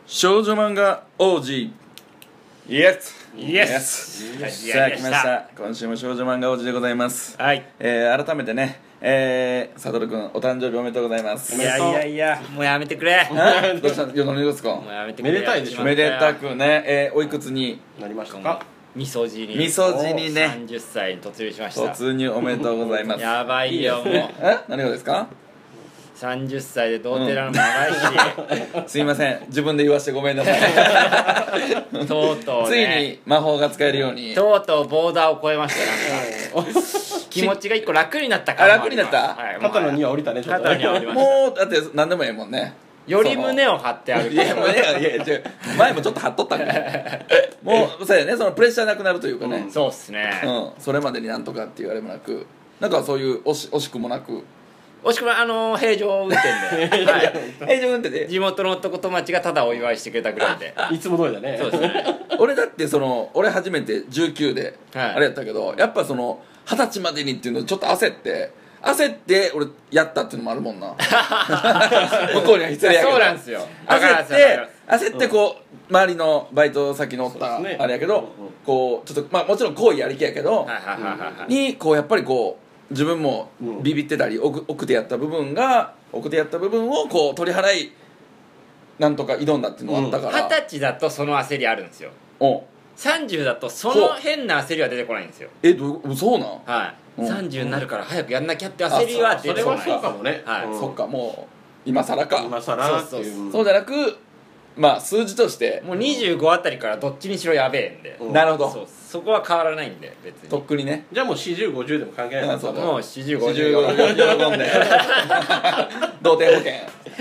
少女漫画王子イエスイエスさあ来ました今週も少女漫画王子でございます。 はい。 改めてねサトルくんお誕生日おめでとうございます。 いやもうやめてくれ。 どうしたよ、何ですか。 もうやめてくれ。 めでたいでしょ。 めでたくね、おいくつになりましたか。 みそじにね 30歳に突入しました。 突入おめでとうございますやばいよもう。 何がですか。 30歳で童貞なのもやばいし、 すいません、自分で言わせてごめんなさいとうとうねついに魔法が使えるようにとうとうボーダーを超えましたなんか気持ちが一個楽になったから楽になった。 肩の荷は降りたね。ちょっと肩の荷は降りました。 もうだって何でもええもんね。 より胸を張って歩く。 いやもういや前もちょっと張っとったねもうそうやね、そのプレッシャーなくなるというかね、 そうっすね。 それまでになんとかっていうあれもなく、なんかそういう惜しくもなく、 惜しくも平常運転で、はい、 平常運転で地元の男友達がただお祝いしてくれたぐらいでいつも通りだね。 そうですね。 俺だって俺初めて19ではいあれやったけど、やっぱ20歳までにっていうのちょっと焦って俺やったっていうのもあるもんな向こうには失礼やけど、 そうなんですよ。 焦ってこう周りのバイト先のおったそうですねあれやけど、こうちょっとまあもちろん好意ありきやけど、にこうやっぱりこう自分もビビってたり奥手やった部分をこう取り払いなんとか挑んだっていうのがあったから、 20歳だとその焦りあるんですよ。 お 30だとその変な焦りは出てこないんですよ。 そうなん。 はい、 うん 30になるから早くやんなきゃって焦りは出それはてこない。 そうかもね。 はいうんそっか、もう今更か。 今更っていそうじゃなく、まあ数字としてもう25あたりからどっちにしろやべえんで、 うんなるほど、 そこは変わらないんで別に。 とっくにね。 じゃあもう40、50でも関係ない。 そうだもう40、 45 50 喜んで童貞保険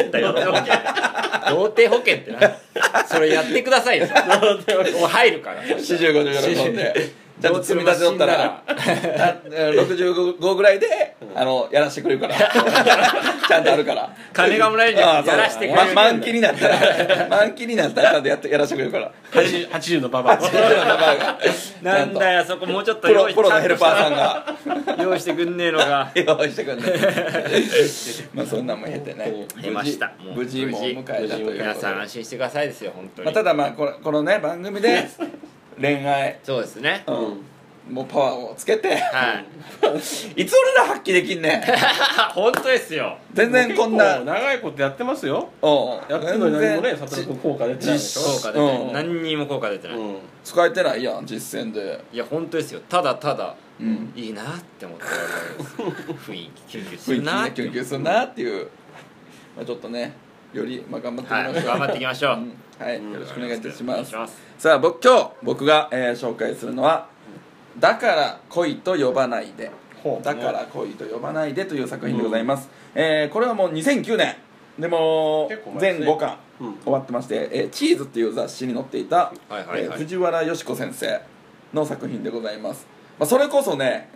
童貞保険ってなそれやってくださいよもう入るから 40、50喜んでちゃんと積み立てとったら65ぐらいでやらしてくれるからちゃんとあるから金がもらえるんじゃやらしてくれる。 満期になったらちゃんとやらしてくれるから 80のババア。 なんだよそこもうちょっとプロのヘルパーさんが用意してくんねえのが用意してくんねまあそんなんも経てね、 経ました。 無事もう迎えたということで、 皆さん安心してくださいですよ本当に。 まあ、ただまあこのね番組で恋愛、 そうですね。 もうパワーをつけてはいいつ俺ら発揮できんねん本当ですよ。 全然こんな長いことやってますよ。 うんやってるのに何もね、佐藤君効果出てないでしょ。 効果出てない。何にも効果出てない。 使えてないやん実践で。 いや本当ですよ。ただただうんいいなって思って雰囲気キュンキュンす雰囲気るなねキュンキュンするなっていう、まあ、ちょっとねよりまあ頑張っていきましょう、 頑張っていきましょう。 はい、よろしくお願いいたします。 お願いします。 さあ今日僕が、紹介するのは「だから恋と呼ばないで」 ほうだから恋と呼ばないでという作品でございます。これはもう2009年でも結構前ですね全5巻終わってまして、チーズっていう雑誌に載っていた、藤原よし子先生の作品でございます。まあ、それこそね、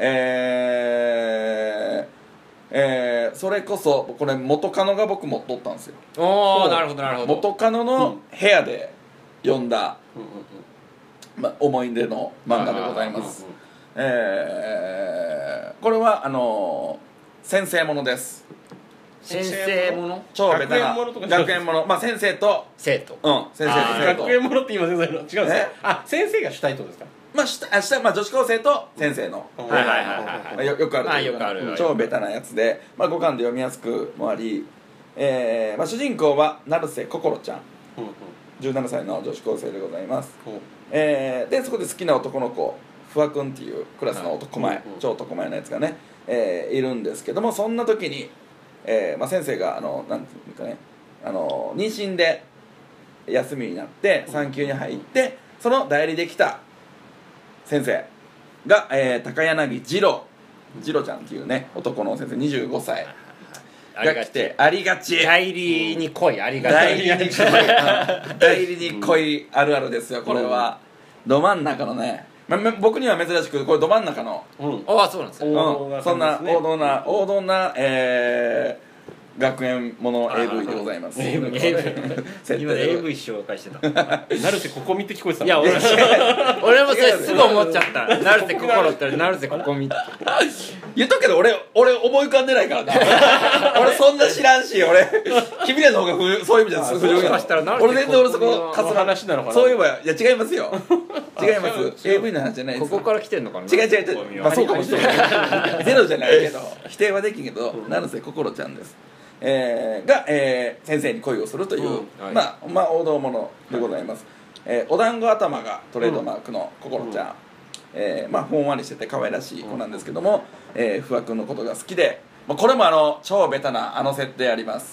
それこそこれ元カノが僕持っとったんですよ。 おお、なるほどなるほど。 元カノの部屋で読んだ、まあ、思い出の漫画でございます。これは先生ものです。 先生もの超ベタな学園もの、まあ先生と生徒。 先生と生徒。 学園ものって今先生の違うんですか。先生が主体とですか。 まあ女子高生と先生の、よくある、 よくある超ベタなやつで、まあ、5巻で読みやすくもあり、まあ、主人公は成瀬心ちゃん、17歳の女子高生でございます。でそこで好きな男の子不破君っていうクラスの男前、超男前のやつがね、いるんですけども、そんな時に、まあ、先生がなんていうかね、妊娠で休みになって産休に入って、その代理で来た先生が、高柳次郎ちゃんっていうね男の先生25歳が来て、ありがち代理に恋ありがち。 代理に恋あるあるですよこれは。ど真ん中のね、僕には珍しくこれど真ん中の、 ああそうなんですよ。 そんな王道な学園もの AV でございます。 今 AV 紹介してた。 成瀬ここ見って聞こえてたいや俺もそれすぐ思っちゃった。成瀬心って成瀬ここ見って言っとくけど俺思い浮かんでないからな俺そんな知らんし俺君らの方がそういう意味じゃ不純やろ。俺全然俺そこカツラ話なのかな。 そういえばいや違いますよ違います AV の話じゃないです。 ここから来てんのかな。 違うまあそうかもしれないゼロじゃないけど否定はできんけど成瀬心ちゃんです。が、先生に恋をするという、まあ王道ものでございます。お団子頭がトレードマークの心ちゃん、まあほんわりしてて可愛らしい子なんですけども、不破君のことが好きで、これも超ベタな設定あります。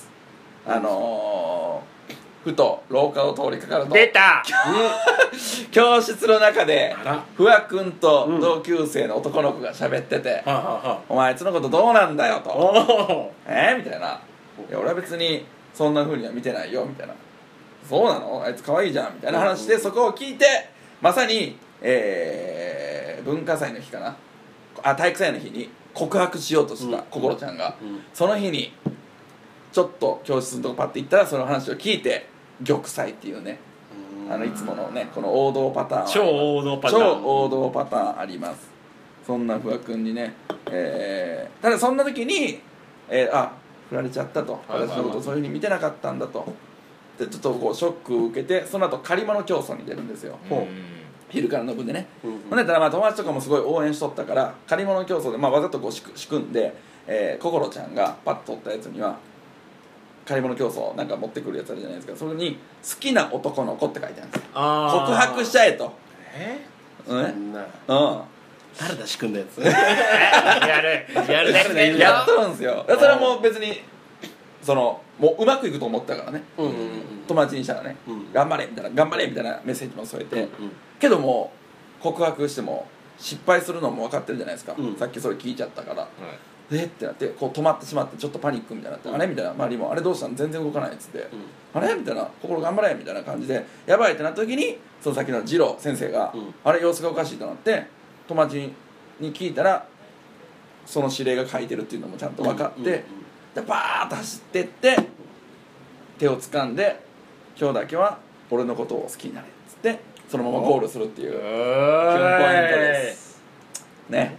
ふと廊下を通りかかると出た教室の中で不破君と同級生の男の子が喋ってて「お前あいつのことどうなんだよ」と「みたいな「いや俺は別にそんな風には見てないよ」みたいな「そうなのあいつ可愛いじゃん」みたいな話でそこを聞いてまさに文化祭の日かな体育祭の日に告白しようとした心ちゃんがその日にちょっと教室のとこパッて行ったらその話を聞いて玉砕っていうねいつものねこの王道パターン超王道パターンあります。そんな不破君にね、ただそんな時に、振られちゃったと私のことをそういうふうに見てなかったんだとでちょっとこうショックを受けてその後借り物競争に出るんですよ。昼からの部でねほんでたら友達とかもすごい応援しとったから借り物競争でわざとこう仕組んで心ちゃんがパッと取ったやつには借り物競争なんか持ってくるやつあるじゃないですか。それに好きな男の子って書いてあるんですよ。告白しちゃえとそんな誰だ仕組んだやつやるやっとるんですよ。それはもう別にもううまくいくと思ったからね友達にしたらね頑張れみたいな頑張れみたいなメッセージも添えてけども告白しても失敗するのも分かってるじゃないですか。さっきそれ聞いちゃったからってなってこう止まってしまってちょっとパニックみたいになってあれみたいな周りもあれどうしたの全然動かないっつってあれみたいな心頑張れみたいな感じでやばいってなった時にその先の次郎先生があれ様子がおかしいとなって友達に聞いたらその指令が書いてるっていうのもちゃんと分かってでバーッと走ってって手を掴んで今日だけは俺のことを好きになれっつってそのままゴールするっていうキュンポイントですね。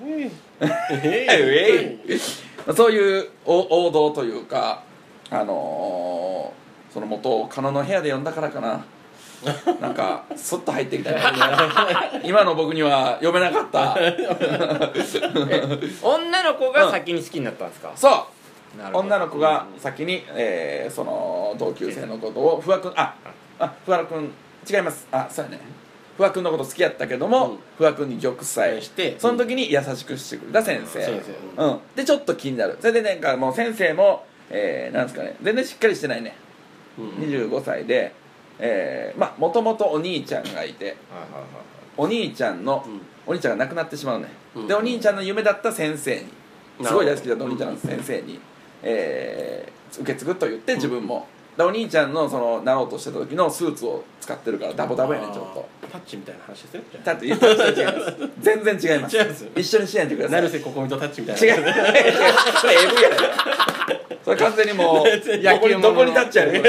そういう王道というかその元カノの部屋で読んだからかななんかスッと入ってきた今の僕には読めなかった女の子が先に好きになったんですか。 そう女の子が先に、その同級生のことを不破君不破君違いますそうやね不破君のこと好きやったけども、不破君に玉砕してその時に優しくしてくれた先生、でちょっと気になる。それでなんかもう先生も、なんですかね全然しっかりしてないね、25歳でもともとお兄ちゃんがいてお兄ちゃんが亡くなってしまうね、でお兄ちゃんの夢だった先生にすごい大好きだったお兄ちゃんの先生に、受け継ぐと言って自分もでお兄ちゃんのなろうとしてた時のスーツを使ってるからダボダボやねんちょっとタッチみたいな話ですね。 タッチ違います全然違います一緒にしないでください。 成瀬ここみとタッチみたいな違うそれ AV やねそれ完全にもうどこにタッチやねん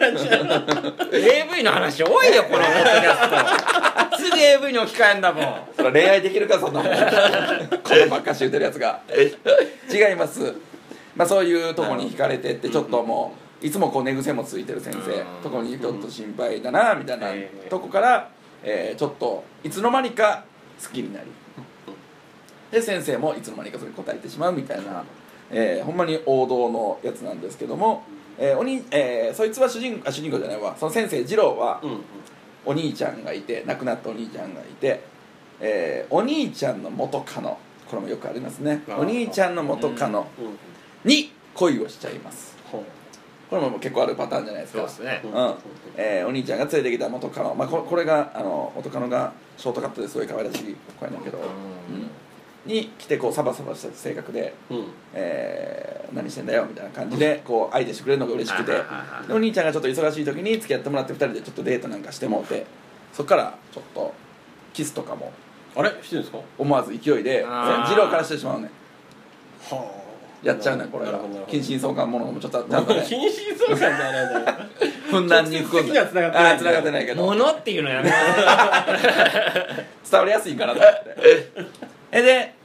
AV の話多いよこのポッドキャストすぐ AV に置き換えんだもん。 それ恋愛できるかそんなもんこればっかし言ってるやつが違います。そういうとこに惹かれてってちょっともういつもこう寝癖もついてる先生とこにちょっと心配だなみたいなとこから、ちょっといつの間にか好きになりで先生もいつの間にかそれに応えてしまうみたいな、ほんまに王道のやつなんですけども、そいつは主人公じゃないわその先生次郎は、お兄ちゃんがいて亡くなったお兄ちゃんがいて、お兄ちゃんの元カノこれもよくありますね。お兄ちゃんの元カノに恋をしちゃいます。これも結構あるパターンじゃないですか。 そうですね、 お兄ちゃんが連れてきた元カノ、これが元カノがショートカットですごい可愛らしい子やねんけど、に来てこうサバサバした性格で、何してんだよみたいな感じでこう相手してくれるのが嬉しくてでお兄ちゃんがちょっと忙しい時に付き合ってもらって2人でちょっとデートなんかしてもうてそっからちょっとキスとかもあれしてるんですか。 思わず勢いで次郎からしてしまうねん。 やっちゃうねこれが近親相関ものもちょっとちゃんとね近親相関じゃないんだよふんだんに含んだつながってないけど物っていうのやめ伝わりやすいからだってで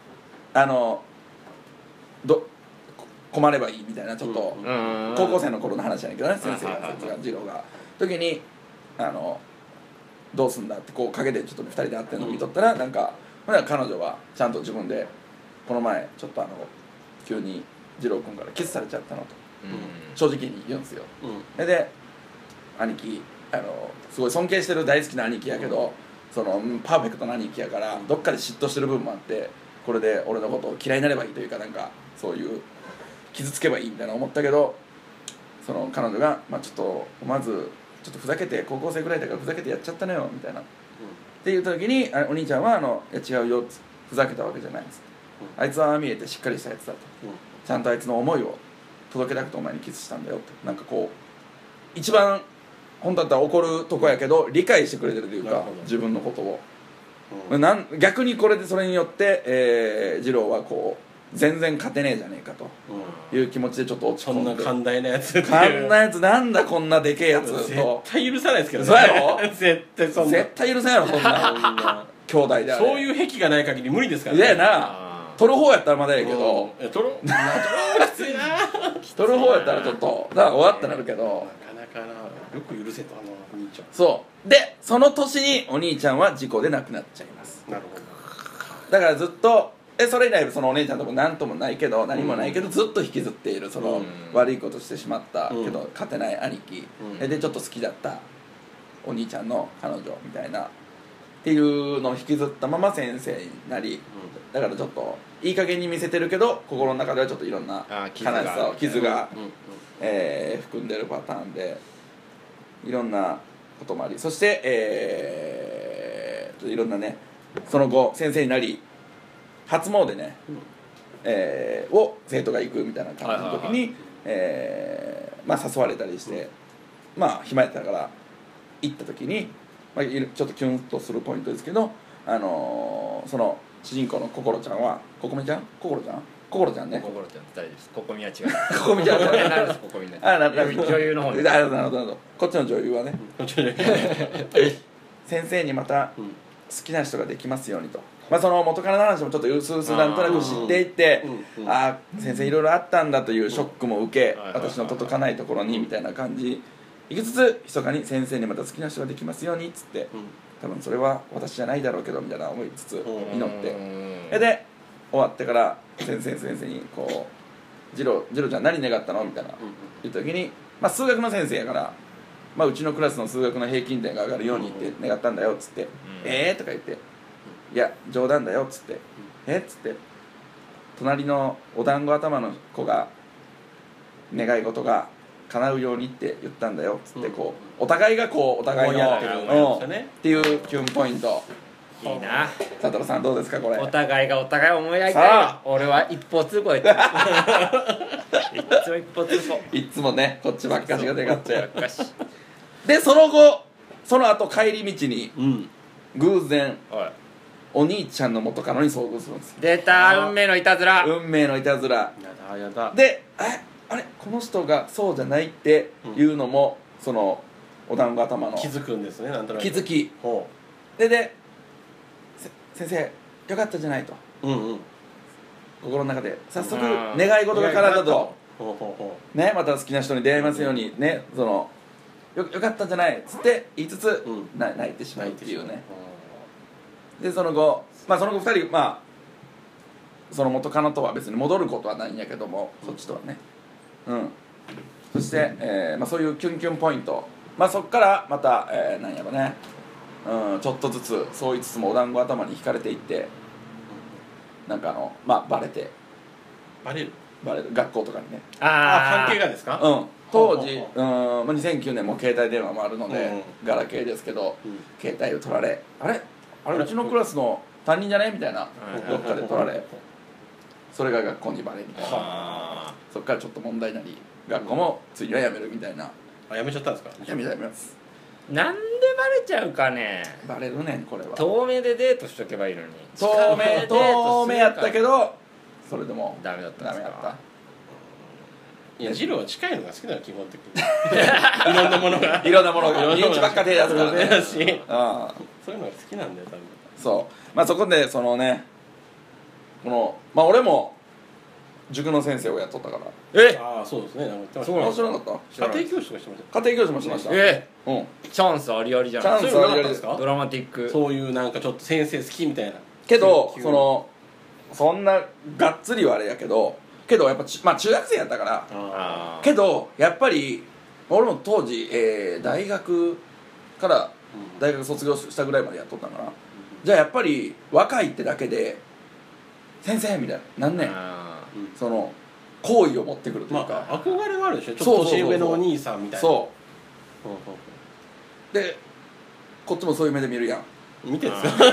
困ればいいみたいなちょっと高校生の頃の話やねんけどね先生が次郎が時にどうすんだってこう陰でちょっと2人で会ってるのを見とったらなんか彼女はちゃんと自分でこの前ちょっと急に次郎君からキスされちゃったのと正直に言うんですよで兄貴すごい尊敬してる大好きな兄貴やけどそのパーフェクトな兄貴やからどっかで嫉妬してる部分もあってこれで俺のことを嫌いになればいいというかなんかそういう傷つけばいいみたいな思ったけどその彼女が、ちょっとまずちょっとふざけて高校生ぐらいだからふざけてやっちゃったのよみたいな、っていう時にお兄ちゃんは「いや違うよ」ふざけたわけじゃないんです、あいつは見えてしっかりしたやつだと、ちゃんとあいつの思いを届けたくてお前にキスしたんだよってなんかこう一番本当だったら怒るとこやけど理解してくれてるというか自分のことを、逆にこれでそれによって、次郎はこう全然勝てねえじゃねえかという気持ちでちょっと落ち込んで、 そんな寛大なやつこんなやつなんだこんなでけえやつと絶対許さないですけどねそうやろ絶対そんな絶対許せんやろそんな兄弟であれそういう癖がない限り無理ですからいやな取る方やったらまだやけど取るきついな取る方やったらちょっとだから終わったなるけどなかなかなよく許せとお兄ちゃんそうでその年にお兄ちゃんは事故で亡くなっちゃいますなるほどだからずっとそれ以来そのお姉ちゃんとも何ともないけど何もないけどずっと引きずっているその悪いことしてしまったけど勝てない兄貴でちょっと好きだったお兄ちゃんの彼女みたいなっていうのを引きずったまま先生になりだからちょっといい加減に見せてるけど心の中ではちょっといろんな悲しさを傷が含んでるパターンでいろんなこともありそしていろんなねその後先生になり初詣ね、を生徒が行くみたいな感じの時に誘われたりして暇やったから行った時に、ちょっとキュンとするポイントですけど、その主人公の心ちゃんは心ちゃんね心ちゃん2人ですここみは違うここみちゃんここみね女優の方になるほどこっちの女優はね先生にまた好きな人ができますようにとその元からの話もちょっとうすうすなんとなく知っていって先生いろいろあったんだというショックも受け私の届かないところにみたいな感じいきつつ密かに先生にまた好きな人ができますようにっつって多分それは私じゃないだろうけどみたいな思いつつ祈ってで終わってから先生にこう次郎ちゃん何願ったのみたいな言った時に数学の先生やからうちのクラスの数学の平均点が上がるようにって願ったんだよっつってとか言っていや冗談だよっつってっつって隣のお団子頭の子が願い事が叶うようにって言ったんだよっつってこうお互いがこうお互いのっていうキュンポイントいいな佐藤さんどうですかこれお互いがお互い思い合いたい俺は一方通行でいつも一方通行いつもねこっちばっかしが出がっちゃうでその後その後帰り道に偶然お兄ちゃんの元カノに遭遇するんですよ出た運命のいたずらやだであれこの人がそうじゃないっていうのもそのお団子頭の気づくんですねなんとなく気づきで先生よかったじゃないと心の中で早速願い事が叶ったとねまた好きな人に出会いますようにねそのよかったじゃないっつって言いつつ泣いてしまうっていうねでその後2人その元カノとは別に戻ることはないんやけどもそっちとはねそして、そういうキュンキュンポイントそっからまた、なんやろねちょっとずつそう言いつつもお団子頭に惹かれていってなんかバレる学校とかにね関係がですか当時2009年も携帯電話もあるのでガラケーですけど携帯を取られあれうちのクラスの担任じゃねみたいなどっかで取られそれが学校にバレみたいなそっからちょっと問題になり学校もついには辞めるみたいな辞めちゃったんですか辞めますなんでバレちゃうかねバレるねんこれは遠目でデートしとけばいいのに遠目やったけどそれでもダメだったんですかいやジローは近いのが好きなの基本的にいろんなものがいろんなものが身内ばっか手出すからねだしそういうのが好きなんだよ多分。 そうまあそこでそのねこのまあ俺も塾の先生をやっとったからああそうですねなんか言ってましたあ知らなかった家庭教師とかしてました家庭教師もしましたうんチャンスありありじゃん。 チャンスそういうのなかったんですかドラマティック。 そういうなんかちょっと先生好きみたいなけど急にそんながっつりはあれやけどやっぱまあ中学生やったからあけどやっぱり俺も当時、大学から大学卒業したぐらいまでやっとったんかな、じゃあやっぱり若いってだけで先生みたいななんねんその好意を持ってくるというか、 まあ憧れはあるでしょちょっと年上のお兄さんみたいなそうでこっちもそういう目で見るやん見てるんですか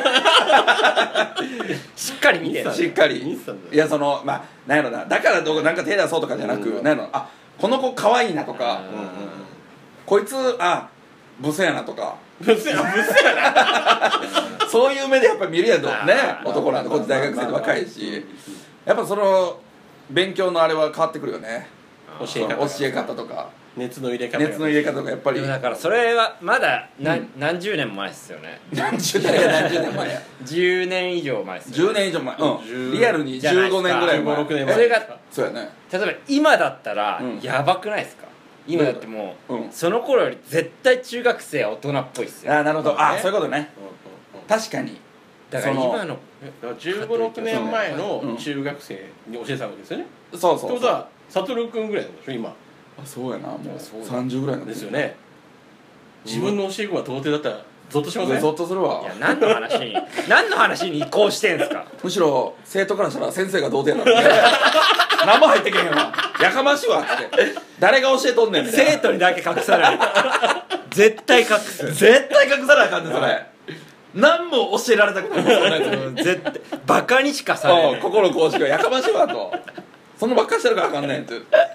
しっかり見てる。 しっかり見てたんだよいやまあなんやろなだからどこなんか手出そうとかじゃなく、なんやろあこの子可愛いなとか、こいつブスやなとかブスやなそういう目でやっぱ見るやんとねあー男なんでこっち大学生で若いしやっぱその勉強のあれは変わってくるよね教え方とか熱の入れ方熱の入れ方とかやっぱりだからそれはまだ何十年も前ですよね。 何十年前や 10年以上前ですよね。 10年以上前 10 リアルに15年ぐらい前 15 16年前それがそうやね例えば今だったらうんやばくないですか。今だってもう、 うんその頃より絶対中学生は大人っぽいっすよ。 ああなるほどまあねそういうことね確かにだから今の 15、6年前の中学生に教えたわけですよねそうそうそうってことは悟君ぐらいなんでしょ今あそうやなもうそうだ 30ぐらいなんですよね自分の教え子が童貞だったらゾッとしませんゾッとするわいや何の話に移行してんすか。 むしろ生徒からしたら先生が童貞なのね何も入ってけへんわやかましいわって誰が教えとんねんみたいな生徒にだけ隠さない絶対隠す。 絶対隠さなあかんねんそれ何も教えられたくないそんなやつに絶対バカにしかされない。 心公式はやかましいわとそんなばっかりしてるからあかんねんって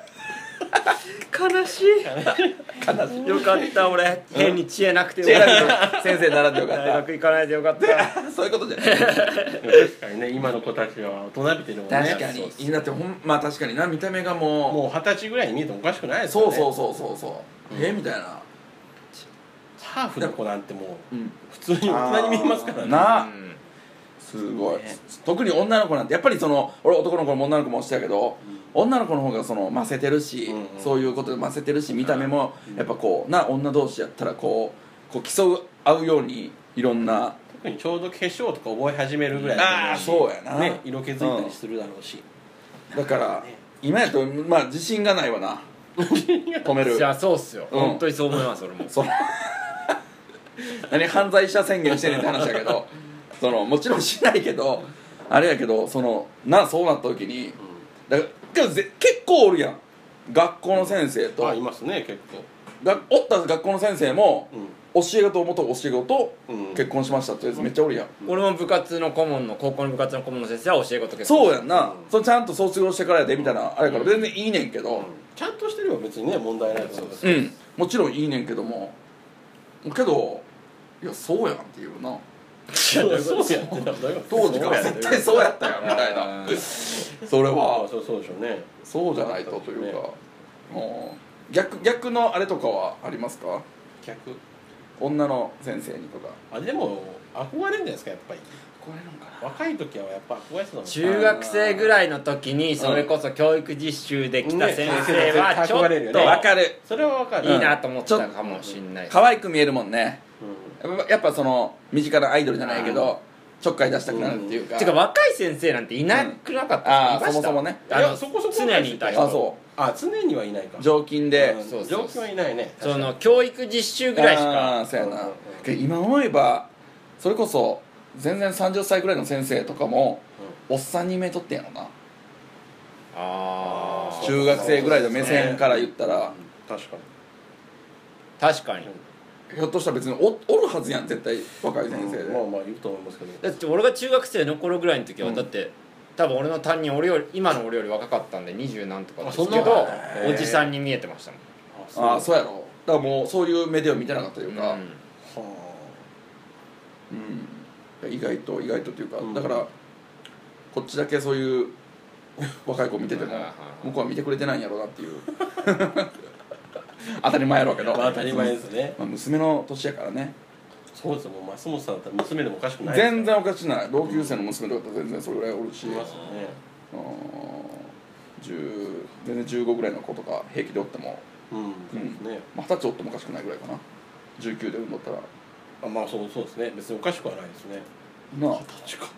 悲しい。 悲しいよかった俺変に知恵なくて違うよかった。 先生習ってよかっ大学行かないでよかった。 たそういうことじゃない確かにね今の子たちは大人びてるもんね確かにいいなってまあ確かにな見た目がももう20歳ぐらいに見えてもおかしくないでうすよねそうみたいなハーフの子なんてもううん普通に大人に見えますからねなうんすごい特に女の子なんてやっぱり俺男の子も女の子もしてたけど女の子の方がませてるしそういうことでませてるし見た目もやっぱ女同士やったらこう競う合うようにいろんな特にちょうど化粧とか覚え始めるぐらいだと思ああそうやなね色気づいたりするだろうしだから今やとまあ自信がないわな止めるいやそうっすよ、 うん本当にそう思います俺も。 その何犯罪者宣言してんねんって話だけどもちろんしないけどあれやけどそうなった時にだからけど結構おるやん学校の先生とあいますね結構おった学校の先生もう教え子と元教え子とん結婚しましたってやつめっちゃおるやん俺も部活の顧問の高校の部活の顧問の先生は教え子と結そうやんなちゃんと卒業してからやでみたいなあれやから全然いいねんけどちゃんとしてれば別にね問題ないと思いますうんもちろんいいねんけどもけどいやそうやんっていうなそうやってた当時から絶対そうやったよみたいなそれはそうでしょうねそうじゃないとというか逆のあれとかはありますか逆女の先生にとかでも憧れるんじゃないですかやっぱりこれなんかな若い時はやっぱ憧れてたもん中学生ぐらいの時にそれこそ教育実習で来た先生はちょっ憧れるよねわかるそれはわかるといいなと思ったかもしんない。 可愛く見えるもんねうやっぱ身近なアイドルじゃないけどちょっかい出したくなるっていうかてか若い先生なんていなくなかったですか。いましたそもそもねいやそこそこ常にいた人。 常にはいないか常勤でうんそう常勤はいないねその教育実習ぐらいしあか。 ーそうやなうんけど今思えばそれこそ全然30歳ぐらいの先生とかもおっさんに目取ってんやろなああ中学生ぐらいの目線から言ったら確かに確かに。 ひょっとしたら別におるはずやん絶対若い先生でまあまあ言うと思いますけどだって俺が中学生の頃ぐらいの時は、 うんだって多分俺の担任今の俺より若かったんで20何とかですけあそんどなおじさんに見えてましたもん。 ああそうやろだからもうそういう目では見てなかったというか、 は意外とっていうか、 うんだからこっちだけそういう若い子見てても向こうは見てくれてないんやろうなっていう当たり前やろうけど、 当たり前ですね、 娘の年やからね。 そうですよ、もう松本さんだったら娘でもおかしくない全然おかしくない。同級生の娘とかだったら全然それぐらいおるし、 いますよね。 全然15ぐらいの子とか平気でおっても、 そうですね。 20歳おってもおかしくないぐらいかな。19で産んどったらまあそうですね、別におかしくはないですね。 なあ。 20歳か。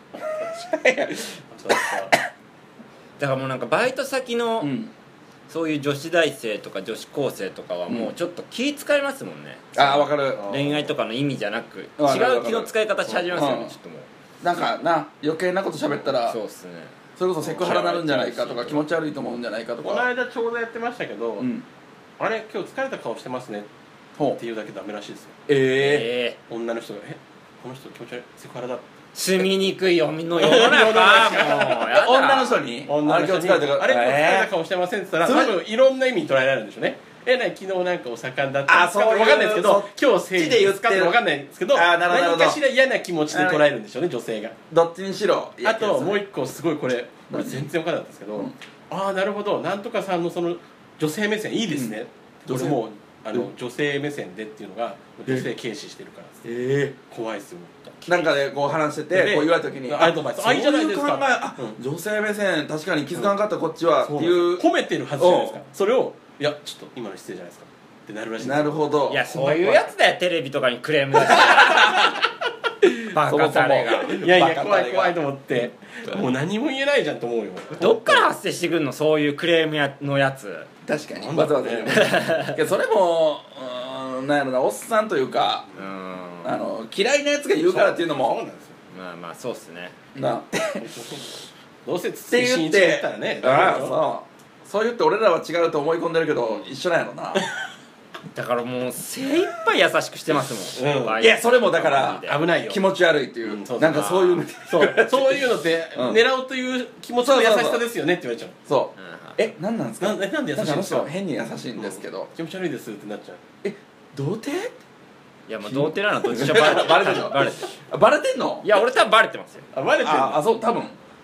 だからもうなんかバイト先の、 うんそういう女子大生とか女子高生とかはもうちょっと気使いますもんね、 ああ分かる。 恋愛とかの意味じゃなく違わかるう気の使い方し始めますよね、ちょっともうなんかな余計なこと喋ったらそうっすね。 それこそセクハラになるんじゃないかとか気持ち悪いと思うんじゃないかとか。 この間ちょうどやってましたけど、あれ今日疲れた顔してますねほうっていうだけダメらしいですよ。女の人がこの人気持ち悪い、セクハラだ。 住みにくい世の中もうやだ女の人に女の人にあれ今日疲れたあれ今日疲れた顔してませんって言ったら、多分いろんな意味に捉えられるんでしょうね。昨日なんかお盛んだったんですかって分かんないですけど、今日誠治ですかって分かんないですけど、何かしら嫌な気持ちで捉えるんでしょうね、女性が。 どっちにしろ。 あともう一個すごいこれ全然分からなかったんですけど、ああなるほど、なんとかさんのその女性目線いいですね、これもう女性目線でっていうのが女性軽視してるから怖いですよ。 なんかでこう話しててこう言われた時にアドバイス、いいじゃないですか、 女性目線確かに気づかなかったこっちはっていう褒めてるはずじゃないですか。それをいやちょっと今の失礼じゃないですかってなるらしい。 なるほど。 いやそういうやつだよ、テレビとかにクレーム出してバカタレが。 いやいや怖い怖いと思って、もう何も言えないじゃんと思うよ。 どっから発生してくるの、そういうクレームのやつ。 確かにわざわざ言うけどそれもなんやろな、おっさんというか嫌いなやつが言うからっていうのもそうなんですよ。 まあそうっすね。 などうせって言ってそう言って俺らは違うと思い込んでるけど一緒なんやろな。 だからもう精一杯優しくしてますもん、 いやそれもだから危ないよ、 気持ち悪いっていうなんかそういうのそういうのって狙うという気持ちの優しさですよねって言われちゃう。 そう何なんですか、 なんで優しいんですか、 変に優しいんですけど気持ち悪いですってなっちゃう。 童貞。 いやもう童貞なのどっちかバレてるバレてんの。 いや俺多分バレてますよ。 バレてる。 そう多分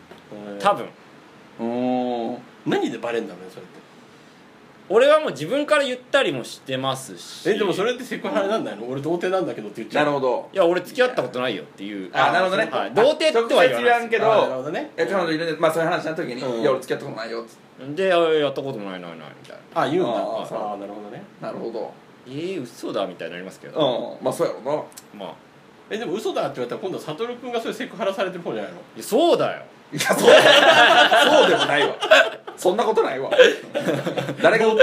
何でバレんだろうねそれって。 俺はもう自分から言ったりもしてますし。 でもそれってセクハラなんないの？俺童貞なんだけどって言っちゃう。 なるほど。 いや俺付き合ったことないよっていう。 なるほどね。 童貞っては言わないけどなるほどね。 彼女いるんでそういう話した時にいや俺付き合ったことないよっつってでやったこともないみたいな。 言うんだ。なるほどね。 なるほど。 嘘だみたいになりますけど。 まあそうやろうな。 まあでも嘘だって言われたら今度は悟君がそういうセクハラされてる方じゃないの？ いやそうだよ。 いやそうでもないわ。そんなことないわ。誰が童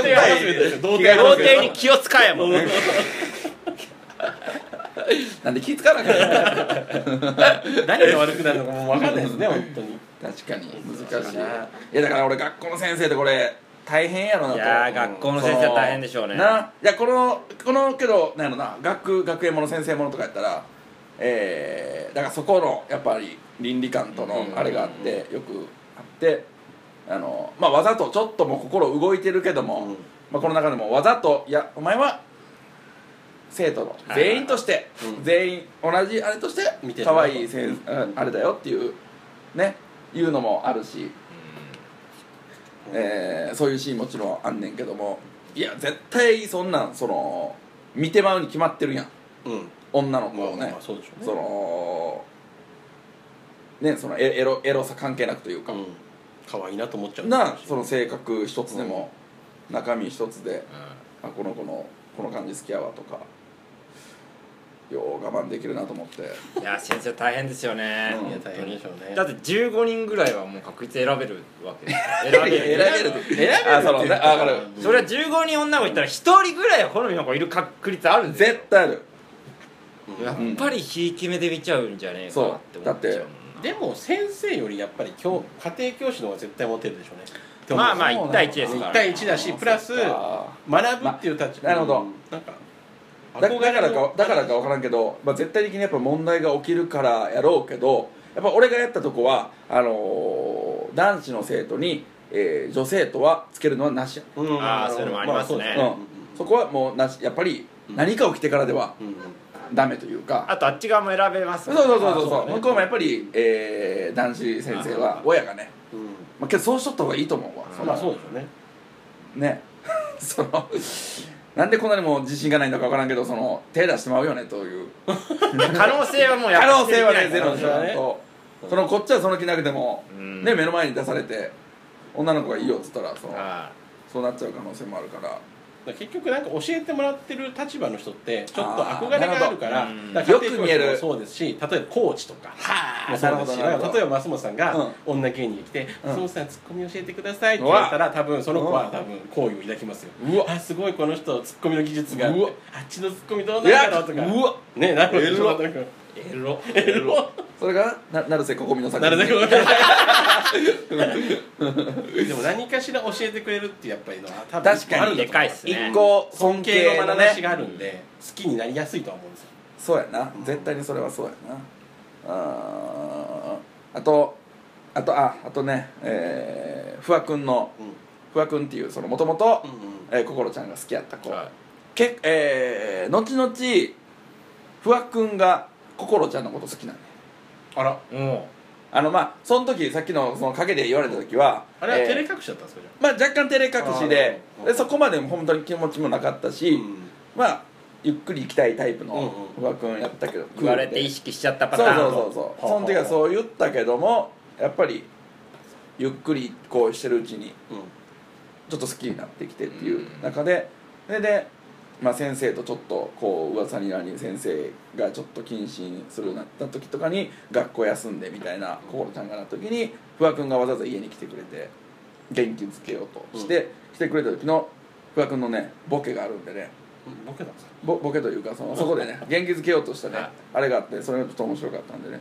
貞に気を使えもん。 なんで気使わなきゃ何が悪くなるのかもう分かんないですね本当に。 確かに難しい。いやだから俺学校の先生でこれ大変やろなと。 いや学校の先生は大変でしょうね。 いやこのけどなんやろな、学園もの先生ものとかやったらだからそこのやっぱり倫理観とのあれがあってよくあってわざとちょっともう心動いてるけども、この中でもわざといやお前は生徒の全員として全員同じあれとして可愛いあれだよっていうねいうのもあるし、そういうシーンもちろんあんねんけども、いや絶対そんなん見てまうに決まってるやん、女の子をね、そのエロさ関係なくというか、 可愛いなと思っちゃうその性格一つでも中身一つでこの子のこの感じ好きやわとかよう我慢できるなと思って。 いや先生大変ですよね。 いや大変でしょうね。 だって15人ぐらいはもう確率選べるわけです。 選べるそれは15人女の子いったら1人ぐらいは好みの子いる確率あるんですよ。 絶対ある。 やっぱりひいき目で見ちゃうんじゃねえかなって思っちゃう。 でも先生よりやっぱり家庭教師の方が絶対モテるでしょうね。 まあ1対1ですから。 1対1だしプラス学ぶっていう立場。 なるほど。 なんかだからか分からんけど、絶対的にやっぱ問題が起きるからやろうけど、やっぱ俺がやったとこは男子の生徒に、女生徒はつけるのはなしや。 そういうのもありますね。 そこはもうなし、やっぱり何か起きてからではダメというか。 あとあっち側も選べます。 そう向こうもやっぱり男子先生は親がねまあ、けどそうしとった方がいいと思うわ、 まあそうですよねねそのなんでこんなにも自信がないんだか分からんけどその手出してまうよねという可能性はもうやっぱ可能性はねゼゼロロでしょ、ね、そのこっちはその気なくても、ね、目の前に出されて女の子がいいよっつったらそうなっちゃう可能性もあるから結局なんか教えてもらってる立場の人ってちょっと憧れがあるからよく見えるそうですし、例えばコーチとかもそうですし、例えば増本さんが女芸人に来て「増本さんツッコミ教えてください」って言われたら多分その子は多分好意を抱きますよ。あ、すごいこの人ツッコミの技術があって、あっちのツッコミどうなんだろうとかね、なるほどエロそれが成瀬ここみの作品でも何かしら教えてくれるってやっぱりのは多分確かにでかいっすね。 一個尊敬のね話があるんで好きになりやすいとは思うんですよ。 そうやな、絶対にそれはそうやな。あとね、不破君の、不破君っていうそのもともと心ちゃんが好きやった子、後々不破君が心ちゃんのこと好きなんだよ。 あら、 まあその時さっきのその陰で言われた時はあれは照れ隠しだったんですか？ まあ若干照れ隠しでそこまで本当に気持ちもなかったし、まあゆっくり行きたいタイプの不破君やったけど、 言われて意識しちゃったパターン。 そうその時はそう言ったけどもやっぱりゆっくりこうしてるうちにちょっと好きになってきてっていう中で、それでまあ先生とちょっとこう噂になり先生がちょっと謹慎するようになった時とかに学校休んでみたいな心ちゃんがなった時に不破君がわざわざ家に来てくれて元気づけようとして来てくれた時の不破君のねボケがあるんでね。 ボケなんですか？ ボケというかそこでね元気づけようとしたねあれがあってそれがちょっと面白かったんでね、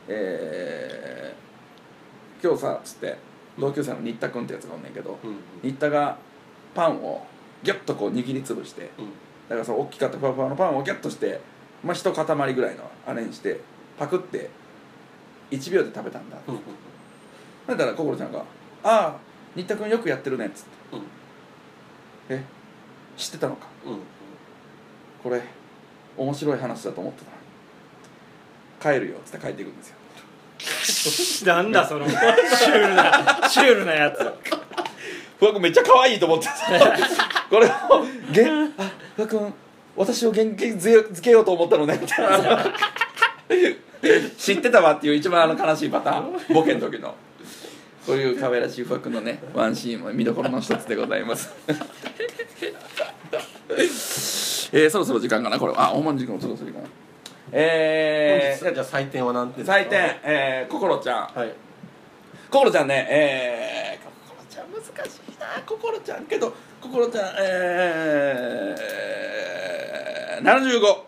今日さっつって同級生の新田君ってやつがおんねんけど、新田がパンをギュッとこう握りつぶして、だからその大きかったふわふわのパンをギュッとして、まあ、一塊ぐらいのあれにしてパクって1秒で食べたんだって、だから心ちゃんが「ああ新田君よくやってるね」っつって「え知ってたのか、これ面白い話だと思ってた、帰るよ」っつって帰っていくんですよ。 なんだそのシュールなやつ。 不破君めっちゃ可愛いと思ってさこれを不破君私を元気づけようと思ったのねみたいなさ知ってたわっていう一番悲しいパターン、ボケの時のそういう可愛らしい不破君のねワンシーンも見どころの一つでございますそろそろ時間かなこれは。ほんまに時間そろそろ時間。 じゃあ採点は何点ですか？ 採点心ちゃん、 はい、 心ちゃんね心ちゃん難しいな。心ちゃんけど心ちゃん75。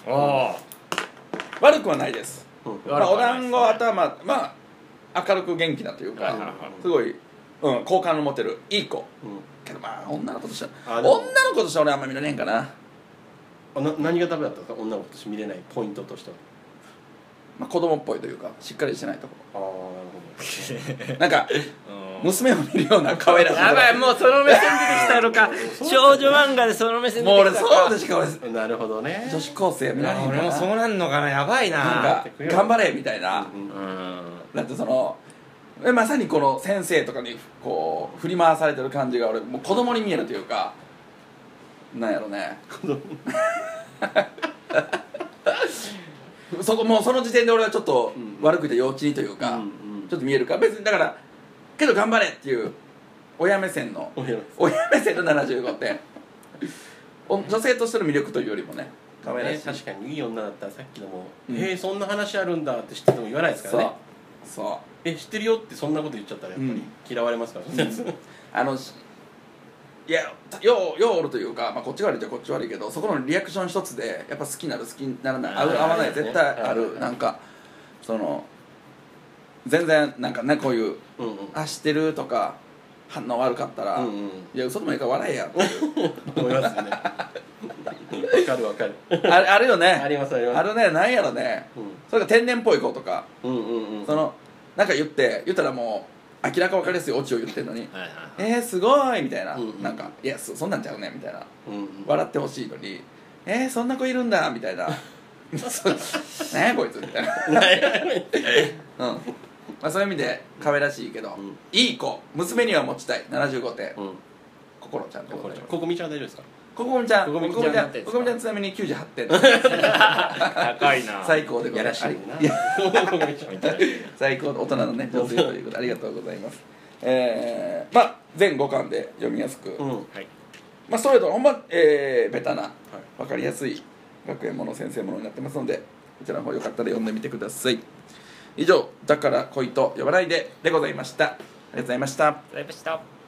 悪くはないです、まあ、お団子頭、まあ明るく元気なというか、すごい、好感の持てるいい子、けどまあ女の子としては俺あんま見れねえんかな。 何がダメだったんですか？女の子として見れないポイントとしては。 まあ子供っぽいというかしっかりしてないところ。 なんか娘を見るような可愛らしい。 やばい、もうその目線出てきたのか少女漫画でその目線出てきたか。 もう俺そうでしか俺なるほどね。 女子高生見られへんかな。 俺もそうなんのかな。やばいな。 なんか頑張れみたいな。だってそのまさにこの先生とかにこう振り回されてる感じが俺もう子供に見えるというか、なんやろねもうその時点で俺はちょっと悪くて幼稚にというか、ちょっと見えるから別にだからけど頑張れっていう親目線の75点女性としての魅力というよりもね可愛らしい、 確かにいい女だったらさっきのもそんな話あるんだって知ってても言わないですからね。 そう知ってるよってそんなこと言っちゃったらやっぱり嫌われますからね。 いやようおるというか、まあ、こっち悪いっちゃこっち悪いけどそこのリアクション一つでやっぱ好きになる好きにならない合わない絶対ある。なんかその全然なんかねこういう「知ってる」とか反応悪かったら「いや嘘でもいいから笑えや」っていう思いますよね。わかるあるよね。 ありますあるね。なんやろね、それが天然っぽい子とか、そのなんか言ったらもう明らか分かりやすいオチを言ってるのに「すごい」みたいな、なんか「いやそんなんちゃうね」みたいな、笑ってほしいのに「そんな子いるんだ」みたいな「何やこいつ」みたいなまあ、そういう意味で可愛らしいけど、 うんいい子娘には持ちたい75点、 うん心ちゃんでございます。 ここみちゃんは大丈夫ですか？ ここみちゃんここみちゃんここみちゃん何点ですかここみちゃんちなみに98点高いな最高でございますやらしいな。 いやここみちゃん最高の大人のね女性ということでありがとうございます。まあ全5巻で読みやすく、 うん。 はいまあストレートのほんま、ベタな分かりやすい学園もの先生ものになってますので、こちらの方よかったら読んでみてください。以上だから恋と呼ばないででございました。ありがとうございました。 ありがとうございました。